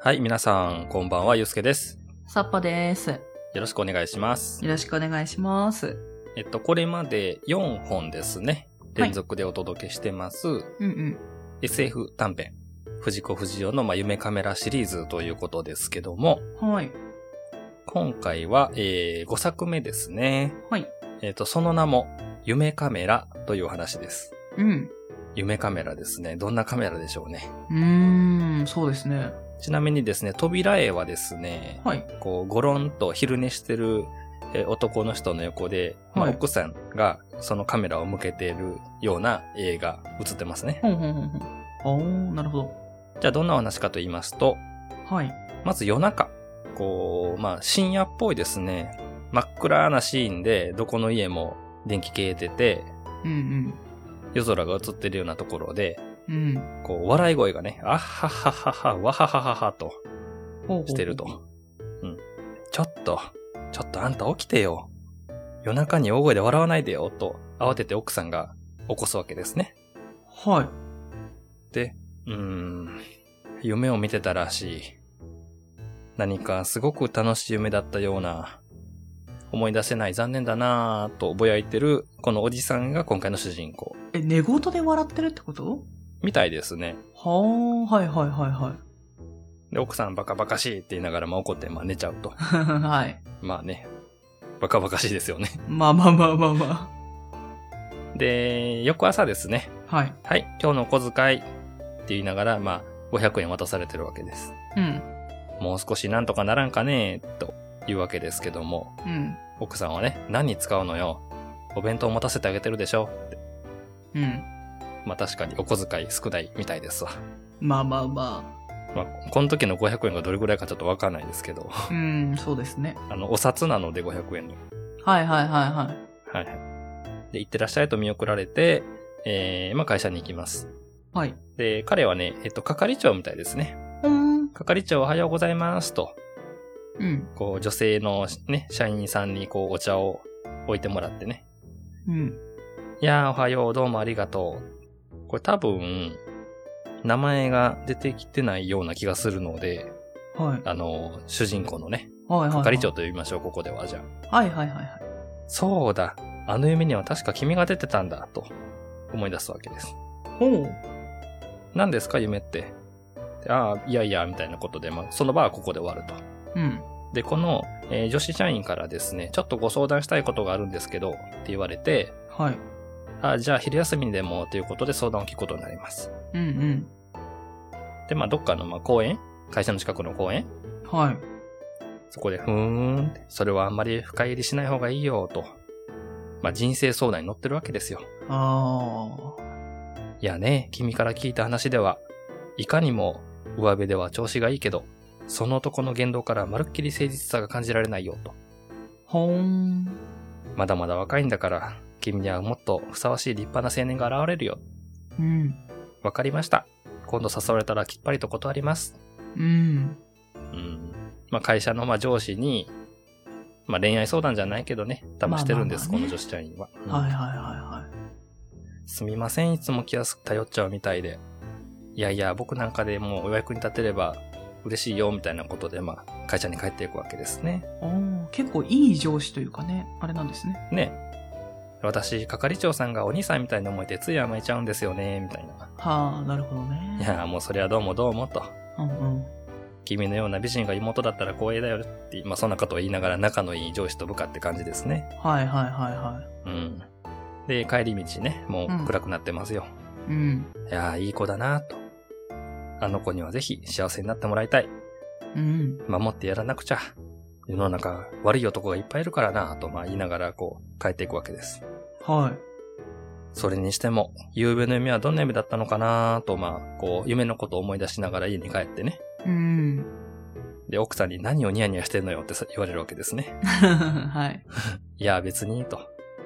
はい、皆さん、こんばんは、ゆうすけです。 さっぱです。よよろしくお願いします。 ろしくお願いします。 これまで4本ですね。連続でお届けしてます。SF 短編。藤子不二雄の、夢カメラシリーズということですけども。 はい。 今回は、5作目ですね。 はい。 その名も、夢カメラというお話です。 うん。 夢カメラですね。どんなカメラでしょうね。 そうですね。 ちなみにですね、扉絵はですね、 はい。 こう、ゴロンと昼寝してる男の人の横で、 はい奥さんがそのカメラを向けているような絵が映ってますね。 なるほど。 じゃあどんなお話かと言いますと、 はい。 まず夜中、こう、深夜っぽいですね。真っ暗なシーンでどこの家も電気消えてて、夜空が映ってるようなところで、こう、笑い声がね、あっはっはっはっは、わははははと、してると。ちょっとあんた起きてよ。夜中に大声で笑わないでよ、と、慌てて奥さんが起こすわけですね。 はい。 で、夢を見てたらしい。何かすごく楽しい夢だったような、思い出せない残念だなぁとぼやいてる、このおじさんが今回の主人公。 寝言で笑ってるってこと？ みたいですね。 はい。 で、奥さんバカバカしいって言いながら怒って、寝ちゃうと。 はい。 バカバカしいですよね。 まあ。 で、翌朝ですね。 はい。 はい、今日のお小遣いって言いながら、500円渡されてるわけです。もう少しなんとかならんかねというわけですけども、奥さんはね、何に使うのよ。お弁当持たせてあげてるでしょって。確かにお小遣い少ないみたいですわ。この時の500円がどれぐらいかちょっとわかんないですけど。 そうですね。 お札なので500円の。 はい。 で、行ってらっしゃいと見送られて、会社に行きます。 はい。 で、彼はね、係長みたいですね。係長おはようございますと。こう、女性のね、社員さんにこう、お茶を置いてもらってね。いやー、おはよう、どうもありがとう。これ多分、名前が出てきてないような気がするので、 はい。 主人公のね、 はい。 係長と呼びましょう、ここでは、じゃあ。 はい。 そうだ、あの夢には確か君が出てたんだ、と思い出すわけです。何ですか、夢って。いや、みたいなことで、その場はここで終わると。で、この、女子社員からですね、ちょっとご相談したいことがあるんですけど、って言われて、 はい。 じゃあ昼休みにでも、ということで相談を聞くことになります。で、どっかの公園、会社の近くの公園、 はい。 そこで、それはあんまり深入りしない方がいいよ、と。人生相談に乗ってるわけですよ。いやね、君から聞いた話では、いかにも上辺では調子がいいけど、その男の言動からまるっきり誠実さが感じられないよ、と。まだまだ若いんだから、君にはもっとふさわしい立派な青年が現れるよ。わかりました。今度誘われたらきっぱりと断ります。会社の上司に、恋愛相談じゃないけどね、多分してるんです、この女子社員は。 はい。 すみません、いつも気安く頼っちゃうみたいで。いや、僕なんかでもうお役に立てれば嬉しいよ、みたいなことで、会社に帰っていくわけですね。 結構いい上司というかね、あれなんですね。 ね。私、係長さんがお兄さんみたいに思えてつい甘えちゃうんですよね、みたいな。 なるほどね。 いや、もうそれはどうもと。君のような美人が妹だったら光栄だよって、そんなことを言いながら仲のいい上司と部下って感じですね。 はい。 で、帰り道ね、もう暗くなってますよ。いや、いい子だなと。あの子にはぜひ幸せになってもらいたい。守ってやらなくちゃ。世の中悪い男がいっぱいいるからなと言いながら帰っていくわけです。 はい。 それにしても、夕べの夢はどんな夢だったのかなと夢のことを思い出しながら家に帰ってね。で、奥さんに何をニヤニヤしてんのよって言われるわけですね。 はい。 いや、別に、と。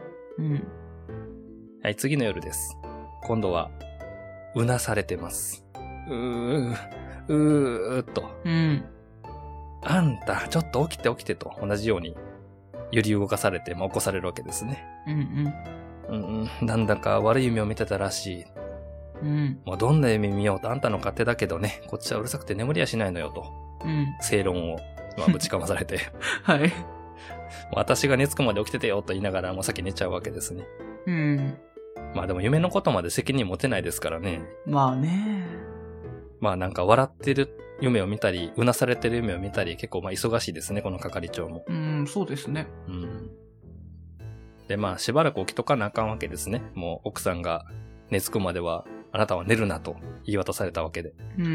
はい、次の夜です。今度は、うなされてます。と。あんた、ちょっと起きてと、同じように、揺り動かされて、起こされるわけですね。なんだか悪い夢を見てたらしい。もうどんな夢見ようとあんたの勝手だけどね、こっちはうるさくて眠りやしないのよと。 正論を、ぶちかまされて。 はい。 私が寝つくまで起きててよと言いながらもう先寝ちゃうわけですね。 うん。 まあでも夢のことまで責任持てないですからね。 まあね。 まあなんか笑ってる夢を見たり、うなされてる夢を見たり、結構まあ忙しいですね、この係長も。 そうですね。 でまあしばらく起きとかなあかんわけですね。もう奥さんが寝つくまでは、あなたは寝るなと言い渡されたわけで。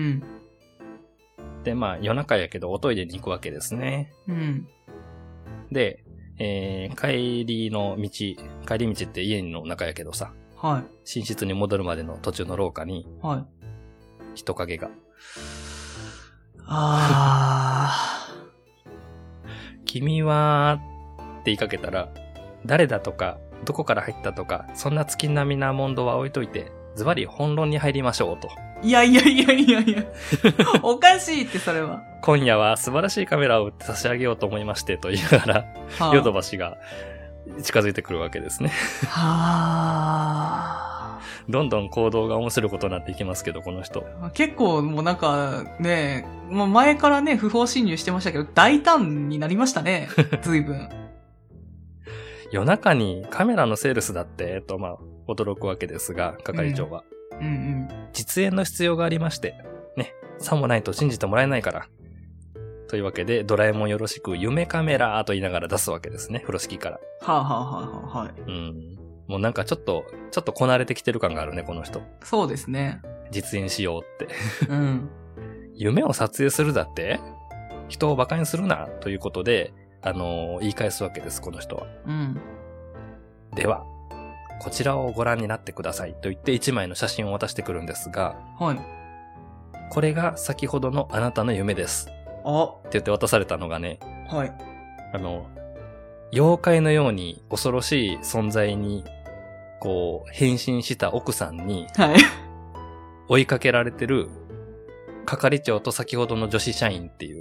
でまあ夜中やけどおトイレに行くわけですね。で、帰り道って家の中やけどさ。 はい。 寝室に戻るまでの途中の廊下に。 はい。 人影が。君は、って言いかけたら、誰だとか、どこから入ったとか、そんな月並みな問答は置いといて、ズバリ本論に入りましょうと。 いや。おかしいってそれは。 今夜は素晴らしいカメラを売って差し上げようと思いましてと言いながら、ヨドバシが近づいてくるわけですね。どんどん行動が面白いことになっていきますけど、この人。 結構もうなんかね、もう前からね、不法侵入してましたけど、大胆になりましたね。随分。 夜中にカメラのセールスだって、と驚くわけですが、係長は。実演の必要がありまして、ね、さもないと信じてもらえないから。というわけで、ドラえもんよろしく夢カメラと言いながら出すわけですね、風呂敷から。 はい。 もうなんかちょっとこなれてきてる感があるね、この人。 そうですね。 実演しようって。夢を撮影するだって人を馬鹿にするな、ということで、言い返すわけです、この人は。では、こちらをご覧になってくださいと言って1枚の写真を渡してくるんですが、 はい。 これが先ほどのあなたの夢です。って言って渡されたのがね、 はい。 妖怪のように恐ろしい存在に、こう、変身した奥さんに、 はい。 追いかけられてる、係長と先ほどの女子社員っていう。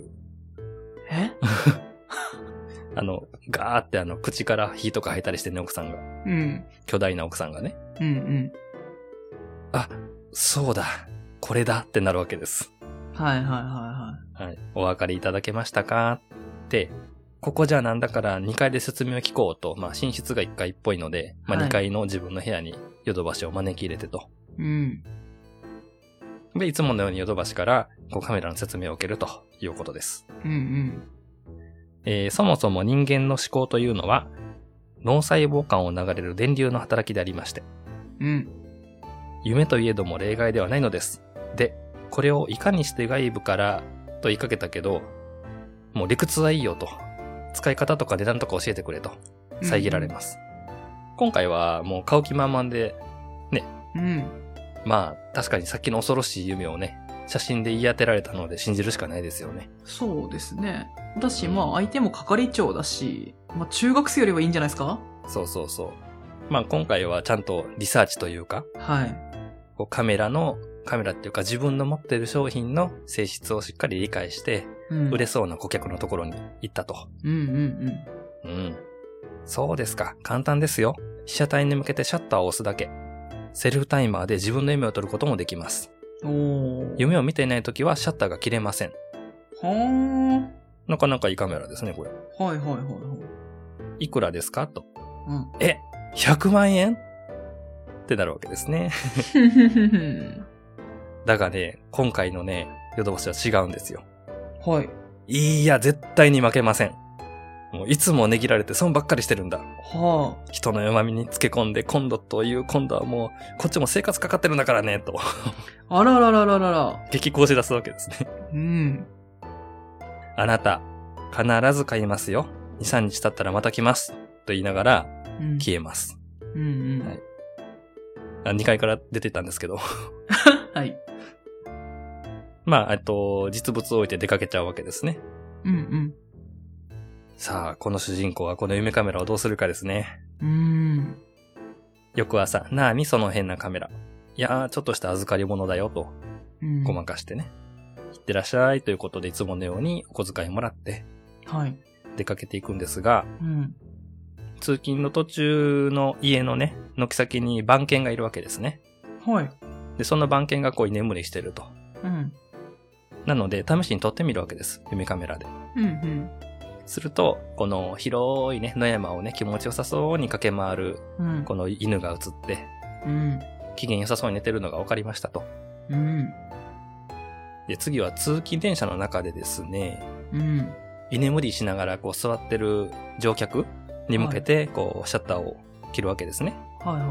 ガーって口から火とか吐いたりしてね、奥さんが。巨大な奥さんがね。あ、そうだ。これだってなるわけです。 はい。 お分かりいただけましたかって、ここじゃなんだから2階で説明を聞こうと、寝室が1階っぽいので、2階の自分の部屋にヨドバシを招き入れてと。で、いつものようにヨドバシからカメラの説明を受けるということです。そもそも人間の思考というのは、脳細胞間を流れる電流の働きでありまして。夢といえども例外ではないのです。で、これをいかにして外部からと言いかけたけど、もう理屈はいいよと。使い方とか値段とか教えてくれと。遮られます。今回はもう買う気満々で、ね。確かにさっきの恐ろしい夢をね、写真で言い当てられたので信じるしかないですよね。 そうですね。だし、相手も係長だし、中学生よりはいいんじゃないですか？ そう。今回はちゃんとリサーチというか、 はい。 カメラっていうか自分の持っている商品の性質をしっかり理解して、売れそうな顧客のところに行ったと。そうですか。簡単ですよ。被写体に向けてシャッターを押すだけ。セルフタイマーで自分の夢を撮ることもできます。夢を見ていないときはシャッターが切れません。なかなかいいカメラですね、これ。いくらですかと。100万円ってなるわけですね。だがね、今回のね、ヨドバシは違うんですよ。いや、絶対に負けません。もういつも値切られて損ばっかりしてるんだ。人の弱みにつけ込んで今度はもう、こっちも生活かかってるんだからね、と。 あらららららら。 激高し出すわけですね。あなた、必ず買いますよ。2、3日経ったらまた来ます。と言いながら、消えます。2階から出てったんですけど。 はい。 実物を置いて出かけちゃうわけですね。さあ、この主人公はこの夢カメラをどうするかですね。翌朝、なあにその変なカメラ。いやー、ちょっとした預かり物だよと。ごまかしてね。いってらっしゃいということでいつものようにお小遣いもらって。出かけていくんですが、通勤の途中の家のね、軒先に番犬がいるわけですね。で、その番犬が居眠りしてると。 なので、試しに撮ってみるわけです。夢カメラで。 うんうん。 すると、この広いね、野山をね、気持ちよさそうに駆け回る、この犬が映って、機嫌良さそうに寝てるのが分かりましたと。で、次は通勤電車の中でですね、居眠りしながらこう座ってる乗客に向けて、こう、シャッターを切るわけですね。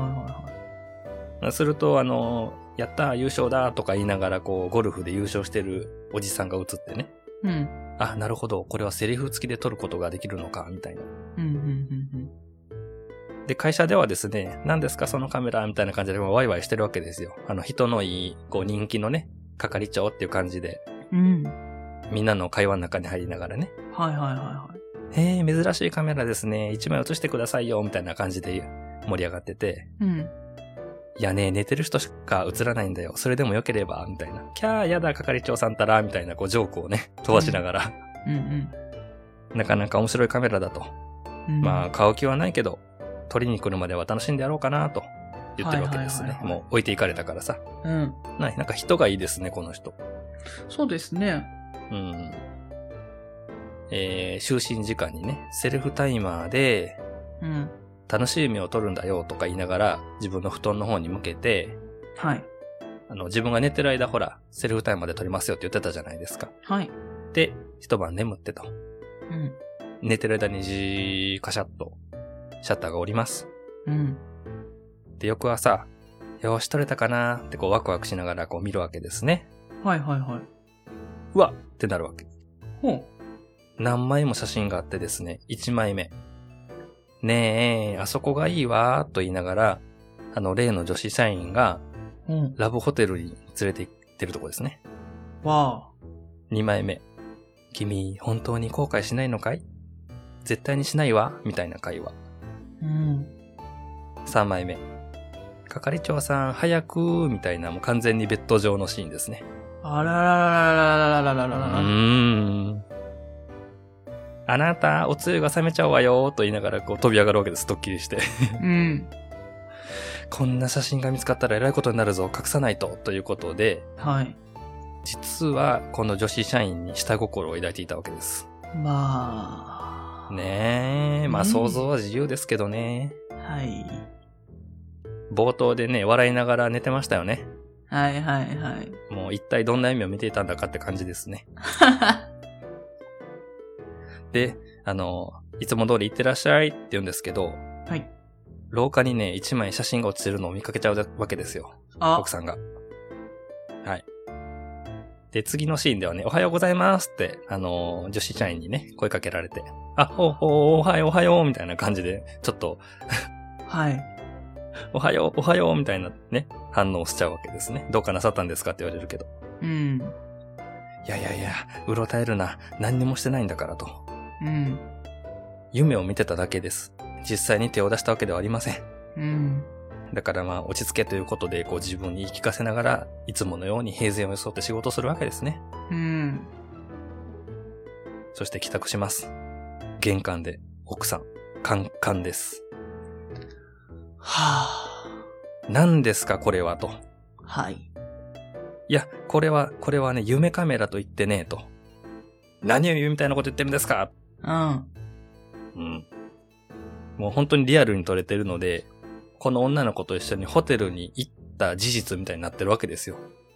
すると、やったー優勝だとか言いながら、こう、ゴルフで優勝してるおじさんが映ってね。あ、なるほど。これはセリフ付きで撮ることができるのか、みたいな。で、会社ではですね、何ですかそのカメラみたいな感じでワイワイしてるわけですよ。人のいい、こう人気のね、係長っていう感じで。みんなの会話の中に入りながらね。珍しいカメラですね。一枚写してくださいよ、みたいな感じで盛り上がってて。いやね、寝てる人しか映らないんだよ。それでも良ければ、みたいな。キャー、やだ、係長さんたら、みたいな、こう、ジョークをね、飛ばしながら。なかなか面白いカメラだと。まあ、買う気はないけど、撮りに来るまでは楽しんでやろうかな、と言ってるわけですね。もう置いていかれたからさ。なんか人がいいですね、この人。 そうですね。 就寝時間にね、セルフタイマーで、楽しい夢を撮るんだよとか言いながら自分の布団の方に向けて、自分が寝てる間ほら、セルフタイマーで撮りますよって言ってたじゃないですか。で、一晩眠ってと。寝てる間にカシャッとシャッターが降ります。で、翌朝、よし撮れたかなってこうワクワクしながらこう見るわけですね。うわってなるわけ。何枚も写真があってですね、1枚目。ねえ、あそこがいいわーと言いながら、例の女子社員が、ラブホテルに連れて行ってるとこですね。2枚目。君、本当に後悔しないのかい？絶対にしないわみたいな会話。3枚目。係長さん、早くみたいな、もう完全にベッド上のシーンですね。 あららららららららら。 あなた、おつゆが冷めちゃうわよと言いながらこう飛び上がるわけです。ドッキリして。こんな写真が見つかったらえらいことになるぞ。隠さないと。ということで。実は、この女子社員に下心を抱いていたわけです。ねえ。まあ想像は自由ですけどね。冒頭でね、笑いながら寝てましたよね。もう一体どんな夢を見ていたんだかって感じですね。で、いつも通り行ってらっしゃいって言うんですけど、廊下にね、一枚写真が落ちてるのを見かけちゃうわけですよ。奥さんが。で、次のシーンではね、おはようございますって、女子社員にね、声かけられて、おはよう、みたいな感じで、ちょっと、おはよう、みたいなね、反応しちゃうわけですね。どうかなさったんですかって言われるけど。いや、うろたえるな。何にもしてないんだからと。夢を見てただけです。実際に手を出したわけではありません。だからまあ落ち着けということでこう自分に言い聞かせながらいつものように平然を装って仕事するわけですね。そして帰宅します。玄関で奥さんカンカンです。何ですかこれはと。いやこれはね夢カメラと言ってねえと。何を言うみたいなこと言ってるんですか。もう本当にリアルに撮れてるので、この女の子と一緒にホテルに行った事実みたいになってるわけですよ。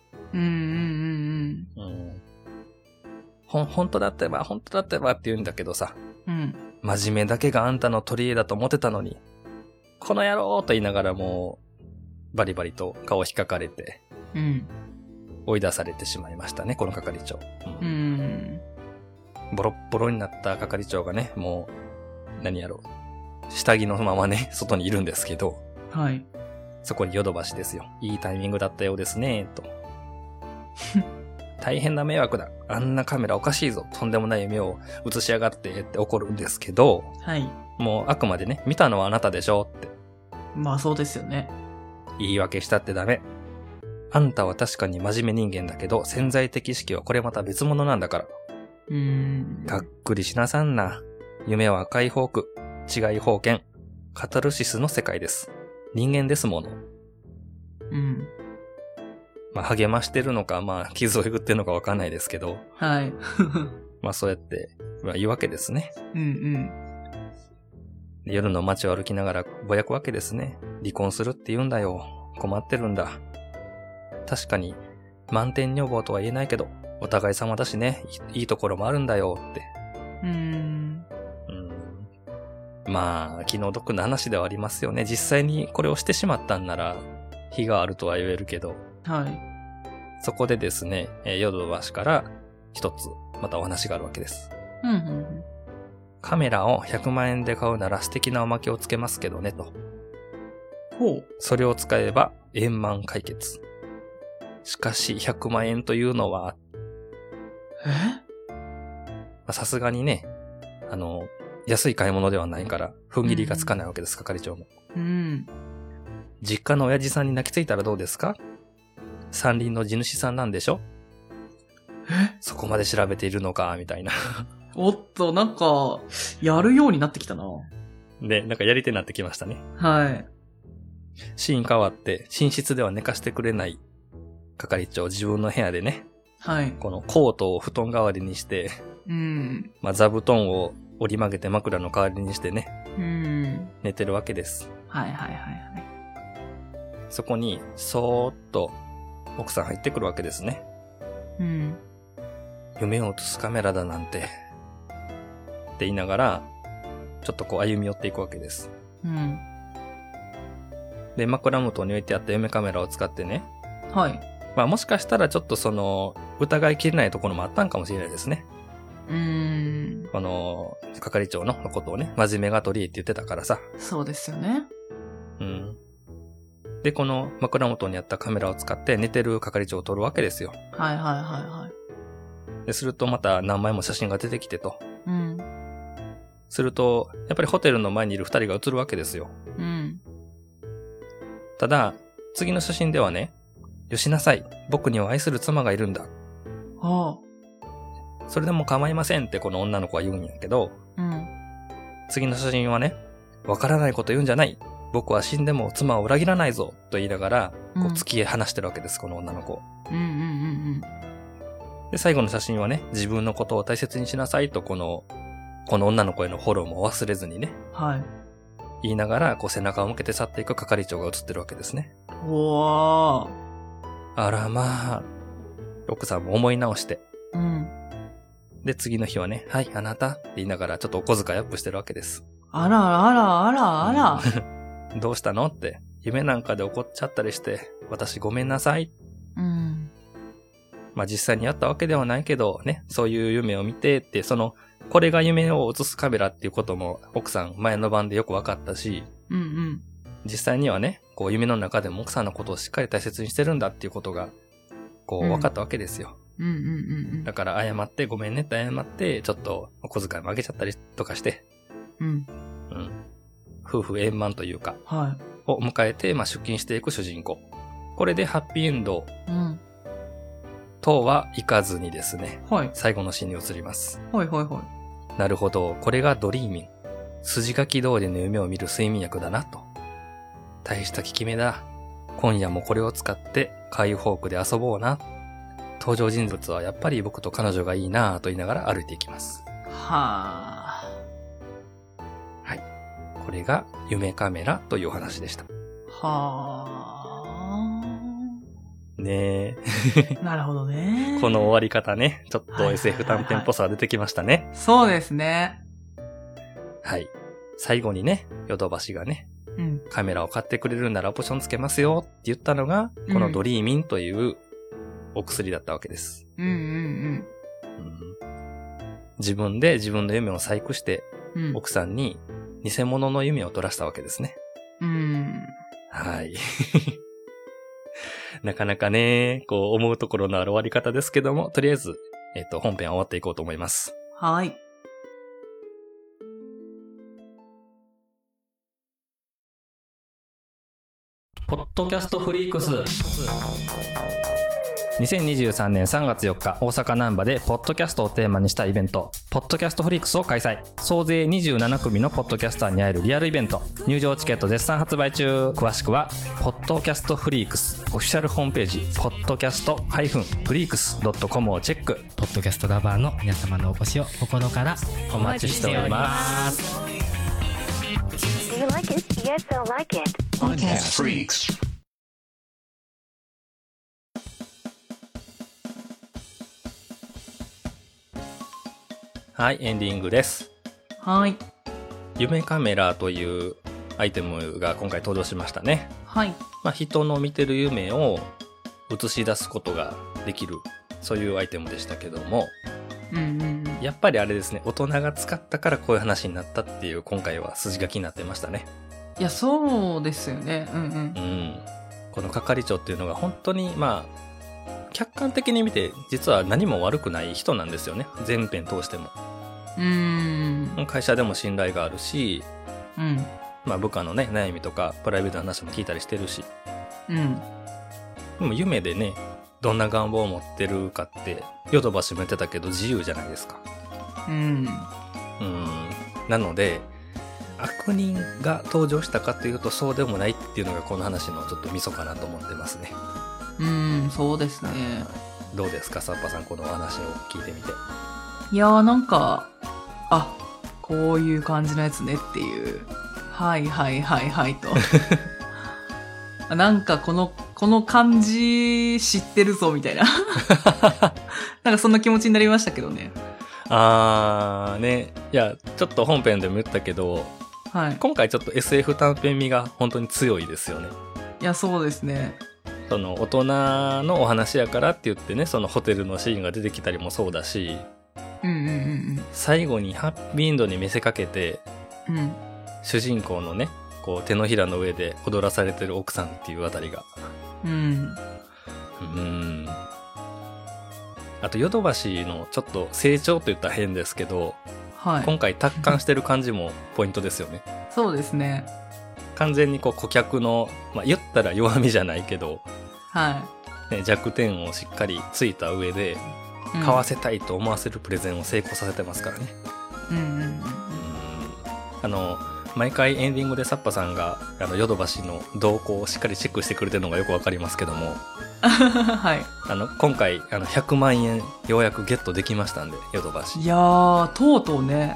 本当だってばって言うんだけどさ。真面目だけがあんたの取り柄だと思ってたのに、この野郎と言いながらもう、バリバリと顔を引っかかれて、追い出されてしまいましたね、この係長。ボロッボロになった係長がね、もう、何やろう。下着のままね、外にいるんですけど。そこにヨドバシですよ。いいタイミングだったようですね、と。大変な迷惑だ。あんなカメラおかしいぞ。とんでもない夢を映しやがってって怒るんですけど。もうあくまでね、見たのはあなたでしょって。 まあそうですよね。 言い訳したってダメ。あんたは確かに真面目人間だけど、潜在的意識はこれまた別物なんだから。がっくりしなさんな。夢は解放区、違い封建、カタルシスの世界です。人間ですもの。 励ましてるのか、傷をえぐってるのかわかんないですけど。 はい。 そうやって、言うわけですね。 うんうん。 夜の街を歩きながらぼやくわけですね。離婚するって言うんだよ。困ってるんだ。確かに、満点女房とは言えないけど、お互い様だしね、いいところもあるんだよって。気の毒な話ではありますよね。実際にこれをしてしまったんなら、非があるとは言えるけど。 はい。 そこでですね、ヨドバシから一つ、またお話があるわけです。カメラを100万円で買うなら素敵なおまけをつけますけどね、と。 ほう。 それを使えば円満解決。しかし100万円というのは、さすがにね、安い買い物ではないから、踏ん切りがつかないわけです、係長も。実家の親父さんに泣きついたらどうですか？山林の地主さんなんでしょ？そこまで調べているのか、みたいな。 おっと、なんか、やるようになってきたな。 で、なんかやり手になってきましたね。 はい。 シーン変わって、寝室では寝かしてくれない係長、自分の部屋でね。 はい。 このコートを布団代わりにして、座布団を折り曲げて枕の代わりにしてね。寝てるわけです。 はい。 そこに、そーっと、奥さん入ってくるわけですね。夢を映すカメラだなんて。って言いながら、ちょっと歩み寄っていくわけです。で、枕元に置いてあった夢カメラを使ってね。 はい。 もしかしたらちょっと疑いきれないところもあったんかもしれないですね。この、係長のことをね、真面目が取りって言ってたからさ。 そうですよね。 で、この枕元にあったカメラを使って寝てる係長を撮るわけですよ。 はい。 で、するとまた何枚も写真が出てきてと。すると、やっぱりホテルの前にいる二人が写るわけですよ。ただ、次の写真ではね、よしなさい。僕には愛する妻がいるんだ。それでも構いませんってこの女の子は言うんやけど、次の写真はね、わからないこと言うんじゃない。僕は死んでも妻を裏切らないぞと言いながら、突き放してるわけです、この女の子。で、最後の写真はね、自分のことを大切にしなさいとこの女の子へのフォローも忘れずにね。 はい。 言いながら、背中を向けて去っていく係長が写ってるわけですね。 おー。 あらまあ、奥さんも思い直して。で、次の日はね、はい、あなたって言いながらちょっとお小遣いアップしてるわけです。 あら。 どうしたのって、夢なんかで怒っちゃったりして、私ごめんなさい。実際にあったわけではないけど、ね、そういう夢を見てって、これが夢を映すカメラっていうことも奥さん前の晩でよく分かったし、実際にはね、夢の中でも奥さんのことをしっかり大切にしてるんだっていうことが、分かったわけですよ。だから謝ってごめんねって謝って、ちょっとお小遣いもあげちゃったりとかして、夫婦円満というか、を迎えて、出勤していく主人公。これでハッピーエンド、とはいかずにですね、最後のシーンに移ります。なるほど、これがドリーミン。筋書き通りの夢を見る睡眠薬だなと。大した効き目だ。今夜もこれを使って開放区で遊ぼうな。登場人物はやっぱり僕と彼女がいいなぁと言いながら歩いていきます。はい。これが夢カメラというお話でした。ねえ。なるほどね。 この終わり方ね、ちょっと SF 短編っぽさ出てきましたね。 そうですね。 はい。最後にね、ヨドバシがね、カメラを買ってくれるならオプションつけますよって言ったのが、このドリーミンというお薬だったわけです。自分で自分の夢を細工して、奥さんに偽物の夢を取らしたわけですね。はい。なかなかね、思うところのある終わり方ですけども、とりあえず、本編は終わっていこうと思います。 はい。 ポッドキャストフリークス。 2023年3月4日、大阪難波でポッドキャストをテーマにしたイベント、ポッドキャストフリークスを開催。総勢27組のポッドキャスターに会えるリアルイベント。入場チケット絶賛発売中。詳しくは、ポッドキャストフリークスオフィシャルホームページ、podcast-freaks.com をチェック。 ポッドキャストラバーの皆様のお越しを心からお待ちしております。 Do you like it? Yes, I like it. Podcast Freaks。 はい、エンディングです。 はい。 夢カメラというアイテムが今回登場しましたね。 はい。 人の見てる夢を映し出すことができる、そういうアイテムでしたけども、やっぱりあれですね、大人が使ったからこういう話になったっていう、今回は筋書きになってましたね。 いや、そうですよね。 この係長っていうのが本当に客観的に見て実は何も悪くない人なんですよね。全編通しても。会社でも信頼があるし、部下のね、悩みとかプライベートな話も聞いたりしてるし。でも夢でね、どんな願望を持ってるかってヨドバシも言ってたけど自由じゃないですか。なので悪人が登場したかというとそうでもないっていうのがこの話のちょっとミソかなと思ってますね。 そうですね。 どうですか、サッパさん、このお話を聞いてみて。 いやー、なんか、こういう感じのやつねっていう。はいと。なんかこの感じ知ってるぞみたいな。なんかそんな気持ちになりましたけどね。 ね。いや、ちょっと本編でも言ったけど、今回ちょっと SF 短編味が本当に強いですよね。 いや、そうですね。 その大人のお話やからって言ってね、そのホテルのシーンが出てきたりもそうだし、最後にハッピーエンドに見せかけて、主人公のね、こう手のひらの上で踊らされてる奥さんっていうあたりが、あとヨドバシのちょっと成長と言ったら変ですけど、今回達観してる感じもポイントですよね。 そうですね。 完全にこう顧客の、言ったら弱みじゃないけど、弱点をしっかりついた上で、買わせたいと思わせるプレゼンを成功させてますからね。毎回エンディングでサッパさんがヨドバシの動向をしっかりチェックしてくれてるのがよくわかりますけども、今回100万円ようやくゲットできましたんで、ヨドバシ。いやー、とうとうね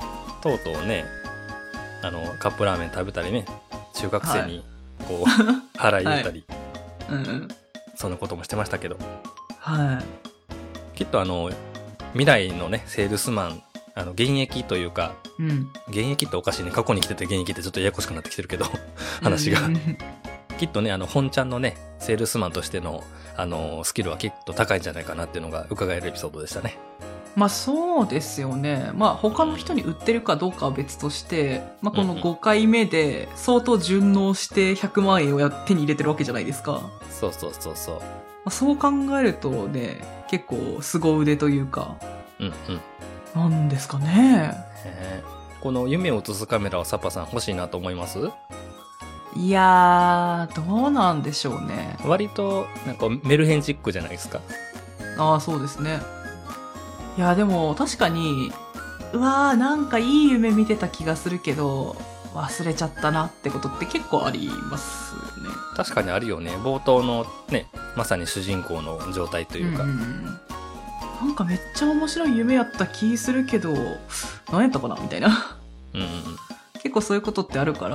カップラーメン食べたりね、中学生にこう、払い入れたり、そんなこともしてましたけど、きっと未来のね、セールスマン、現役というか、現役っておかしいね、過去に来てて現役ってちょっとややこしくなってきてるけど、話が。きっとね、本ちゃんのね、セールスマンとしての、スキルはきっと高いんじゃないかなっていうのが伺えるエピソードでしたね。 そうですよね。他の人に売ってるかどうかは別として、この5回目で相当順応して100万円を手に入れてるわけじゃないですか。 そう。 そう考えるとね、結構凄腕というか、なんですかね。 この夢を映すカメラはサッパさん欲しいなと思います？ いやー、どうなんでしょうね。 割となんかメルヘンチックじゃないですか。 そうですね。いや、でも確かに、なんかいい夢見てた気がするけど、忘れちゃったなってことって結構ありますよね。 確かにあるよね。冒頭のね、まさに主人公の状態というか。 なんかめっちゃ面白い夢やった気するけど、何やったかなみたいな。結構そういうことってあるから、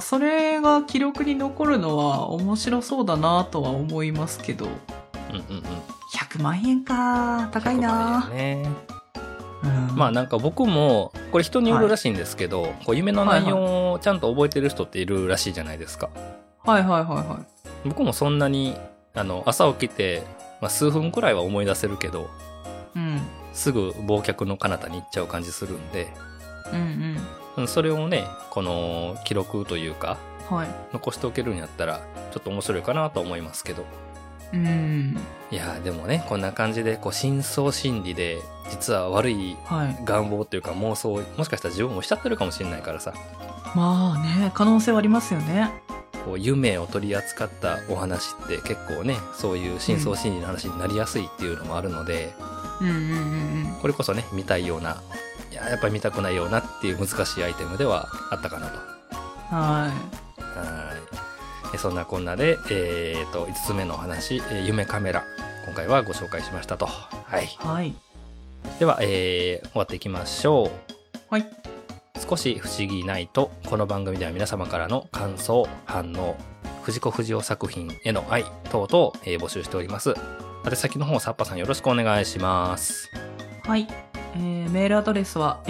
それが記録に残るのは面白そうだなとは思いますけど。100万円か、高いな。 100万円ね。なんか僕も、これ人によるらしいんですけど、こう夢の内容をちゃんと覚えてる人っているらしいじゃないですか。僕もそんなに、朝起きて、数分くらいは思い出せるけど、すぐ忘却の彼方に行っちゃう感じするんで、それをね、この記録というか、残しておけるんやったら、ちょっと面白いかなと思いますけど。いやでもね、こんな感じでこう深層心理で実は悪い願望というか妄想をもしかしたら自分もしちゃってるかもしれないからさ。 可能性はありますよね。 こう夢を取り扱ったお話って結構ね、そういう深層心理の話になりやすいっていうのもあるので、これこそね、見たいような、やっぱり見たくないようなっていう難しいアイテムではあったかなと。 はい。 そんなこんなで、5つ目のお話、夢カメラ、今回はご紹介しましたと。はい。 はい。 では、終わっていきましょう。 はい。 少し不思議ないと、この番組では皆様からの感想、反応、藤子不二雄作品への愛等々、募集しております。宛先の方、サッパさんよろしくお願いします。 はい。メールアドレスは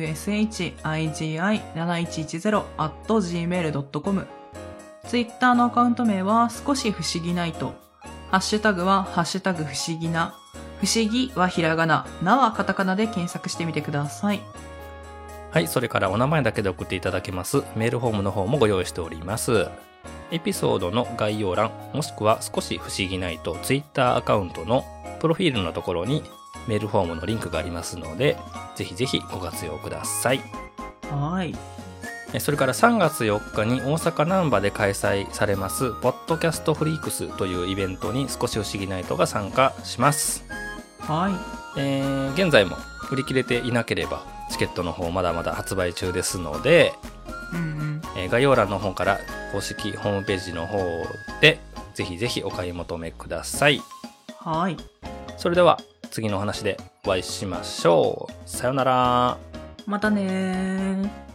fushigi7110@gmail.com。ツイッターのアカウント名は少し不思議ないと。ハッシュタグはハッシュタグ不思議な。不思議はひらがな、なはカタカナで検索してみてください。 はい、それからお名前だけで送っていただけますメールフォームの方もご用意しております。エピソードの概要欄、もしくは少し不思議ないとツイッターアカウントのプロフィールのところにメールフォームのリンクがありますので、ぜひぜひご活用ください。 はい。 それから3月4日に大阪難波で開催されますポッドキャストフリークスというイベントに少し不思議ないとが参加します。 はい。 現在も売り切れていなければチケットの方まだまだ発売中ですので、概要欄の方から公式ホームページの方でぜひぜひお買い求めください。 はい。 それでは次のお話でお会いしましょう。さよなら。 またねー。